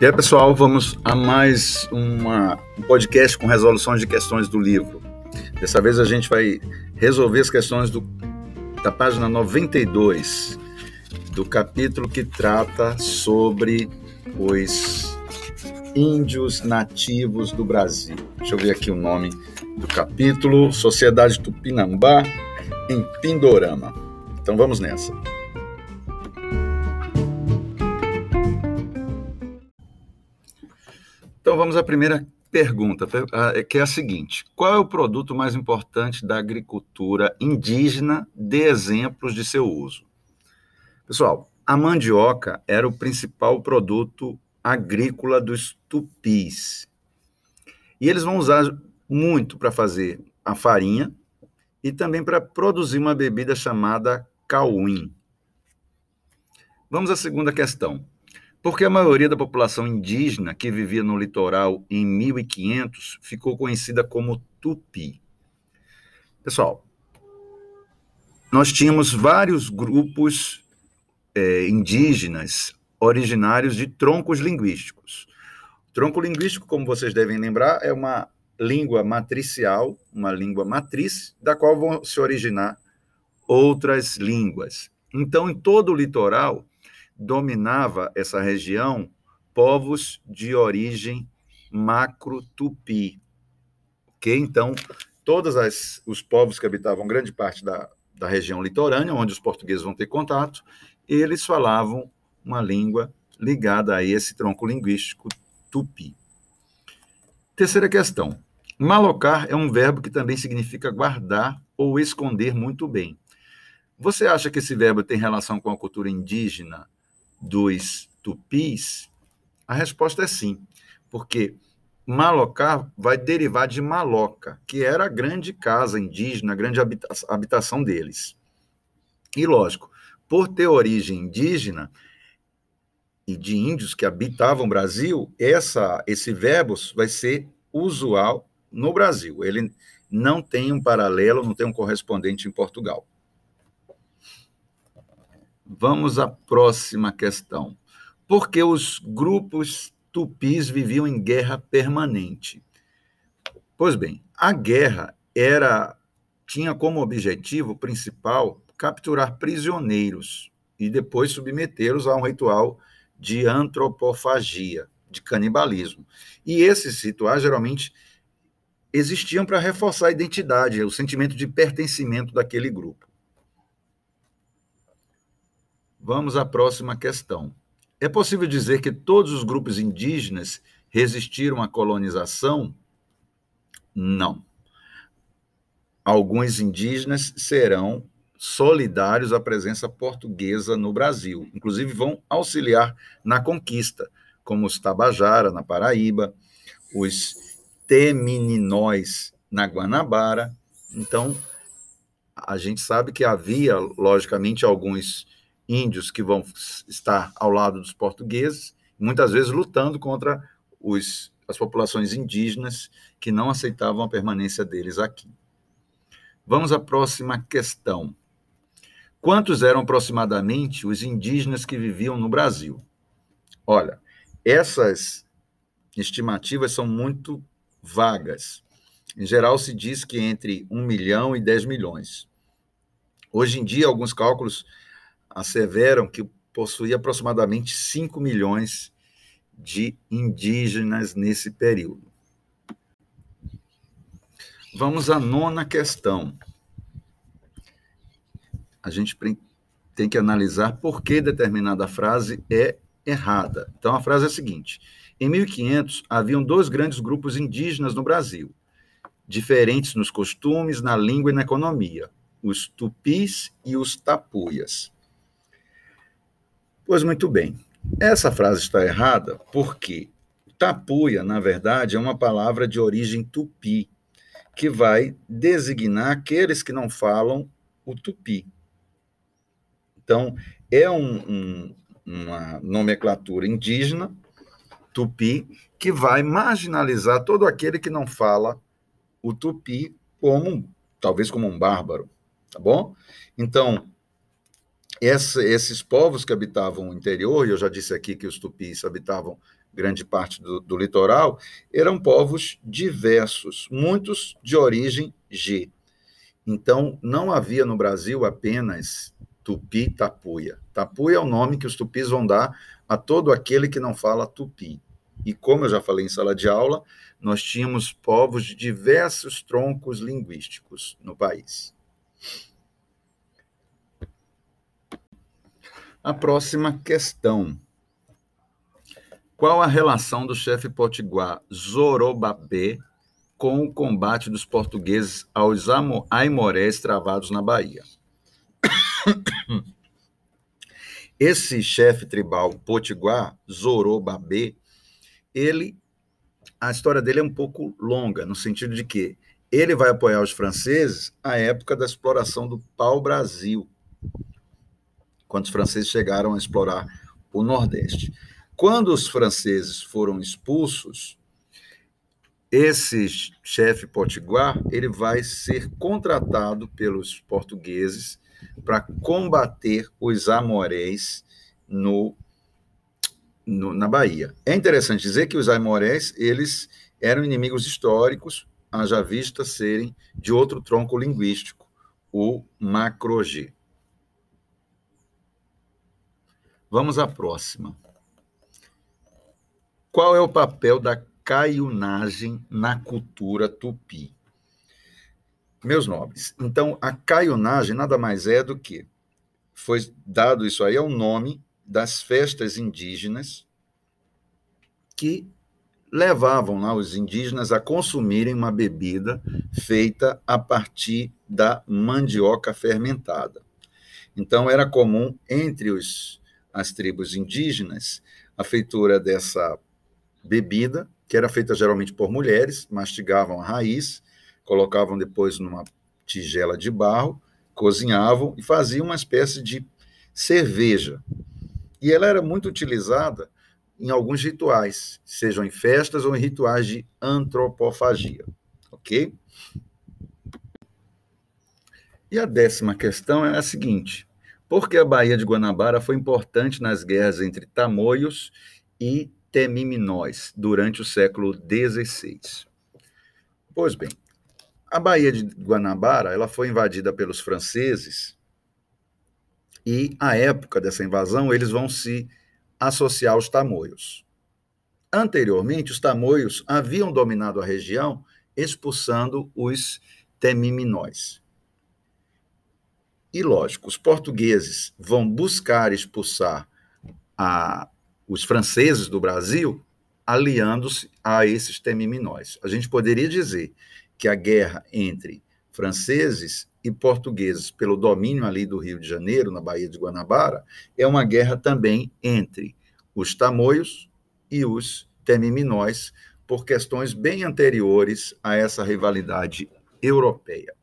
E aí, pessoal, vamos a mais um podcast com resoluções de questões do livro. Dessa vez a gente vai resolver as questões da página 92, do capítulo que trata sobre os índios nativos do Brasil. Deixa eu ver aqui o nome do capítulo: Sociedade Tupinambá em Pindorama. Então vamos nessa. Então vamos à primeira pergunta, que é a seguinte: qual é o produto mais importante da agricultura indígena? Dê exemplos de seu uso. Pessoal, a mandioca era o principal produto agrícola dos tupis. E eles vão usar muito para fazer a farinha e também para produzir uma bebida chamada cauim. Vamos à segunda questão. Porque a maioria da população indígena que vivia no litoral em 1500 ficou conhecida como tupi? Pessoal, nós tínhamos vários grupos indígenas originários de troncos linguísticos. Tronco linguístico, como vocês devem lembrar, é uma língua matricial, uma língua matriz, da qual vão se originar outras línguas. Então, em todo o litoral, dominava essa região povos de origem macro-tupi. Okay? Então, todos os povos que habitavam grande parte da região litorânea, onde os portugueses vão ter contato, eles falavam uma língua ligada a esse tronco linguístico tupi. Terceira questão. Malocar é um verbo que também significa guardar ou esconder muito bem. Você acha que esse verbo tem relação com a cultura indígena dos tupis? A resposta é sim, porque malocar vai derivar de maloca, que era a grande casa indígena, a grande habitação deles. E, lógico, por ter origem indígena e de índios que habitavam o Brasil, esse verbo vai ser usual no Brasil. Ele não tem um paralelo, não tem um correspondente em Portugal. Vamos à próxima questão. Por que os grupos tupis viviam em guerra permanente? Pois bem, a guerra tinha como objetivo principal capturar prisioneiros e depois submetê-los a um ritual de antropofagia, de canibalismo. E esses rituais geralmente existiam para reforçar a identidade, o sentimento de pertencimento daquele grupo. Vamos à próxima questão. É possível dizer que todos os grupos indígenas resistiram à colonização? Não. Alguns indígenas serão solidários à presença portuguesa no Brasil, inclusive vão auxiliar na conquista, como os Tabajara, na Paraíba, os Temininóis, na Guanabara. Então, a gente sabe que havia, logicamente, alguns índios que vão estar ao lado dos portugueses, muitas vezes lutando contra as populações indígenas que não aceitavam a permanência deles aqui. Vamos à próxima questão. Quantos eram aproximadamente os indígenas que viviam no Brasil? Olha, essas estimativas são muito vagas. Em geral, se diz que entre 1 milhão e 10 milhões. Hoje em dia, alguns cálculos asseveram que possuía aproximadamente 5 milhões de indígenas nesse período. Vamos à nona questão. A gente tem que analisar por que determinada frase é errada. Então, a frase é a seguinte: em 1500, haviam 2 grandes grupos indígenas no Brasil, diferentes nos costumes, na língua e na economia, os tupis e os tapuias. Pois muito bem, essa frase está errada porque tapuia, na verdade, é uma palavra de origem tupi, que vai designar aqueles que não falam o tupi. Então, é uma nomenclatura indígena, tupi, que vai marginalizar todo aquele que não fala o tupi talvez como um bárbaro, tá bom? Então, esses povos que habitavam o interior, e eu já disse aqui que os tupis habitavam grande parte do litoral, eram povos diversos, muitos de origem G. Então, não havia no Brasil apenas tupi tapuia. Tapuia é o nome que os tupis vão dar a todo aquele que não fala tupi. E como eu já falei em sala de aula, nós tínhamos povos de diversos troncos linguísticos no país. A próxima questão. Qual a relação do chefe potiguar Zorobabé com o combate dos portugueses aos aimorés travados na Bahia? Esse chefe tribal potiguar, Zorobabé, a história dele é um pouco longa, no sentido de que ele vai apoiar os franceses à época da exploração do pau-brasil, quando os franceses chegaram a explorar o Nordeste. Quando os franceses foram expulsos, esse chefe potiguar, ele vai ser contratado pelos portugueses para combater os amorés na Bahia. É interessante dizer que os aimorés, eles eram inimigos históricos, haja vista serem de outro tronco linguístico, o macro-G. Vamos à próxima. Qual é o papel da caiunagem na cultura tupi? Meus nobres, então a caiunagem nada mais é do que foi dado isso aí, é o nome das festas indígenas que levavam lá os indígenas a consumirem uma bebida feita a partir da mandioca fermentada. Então era comum entre as tribos indígenas a feitura dessa bebida, que era feita geralmente por mulheres, mastigavam a raiz, colocavam depois numa tigela de barro, cozinhavam e faziam uma espécie de cerveja. E ela era muito utilizada em alguns rituais, sejam em festas ou em rituais de antropofagia, ok? E a 10ª questão é a seguinte: por que a Baía de Guanabara foi importante nas guerras entre tamoios e temiminóis durante o século XVI? Pois bem, a Baía de Guanabara ela foi invadida pelos franceses e, à época dessa invasão, eles vão se associar aos tamoios. Anteriormente, os tamoios haviam dominado a região, expulsando os temiminóis. E, lógico, os portugueses vão buscar expulsar os franceses do Brasil, aliando-se a esses temiminóis. A gente poderia dizer que a guerra entre franceses e portugueses pelo domínio ali do Rio de Janeiro, na Baía de Guanabara, é uma guerra também entre os tamoios e os temiminóis, por questões bem anteriores a essa rivalidade europeia.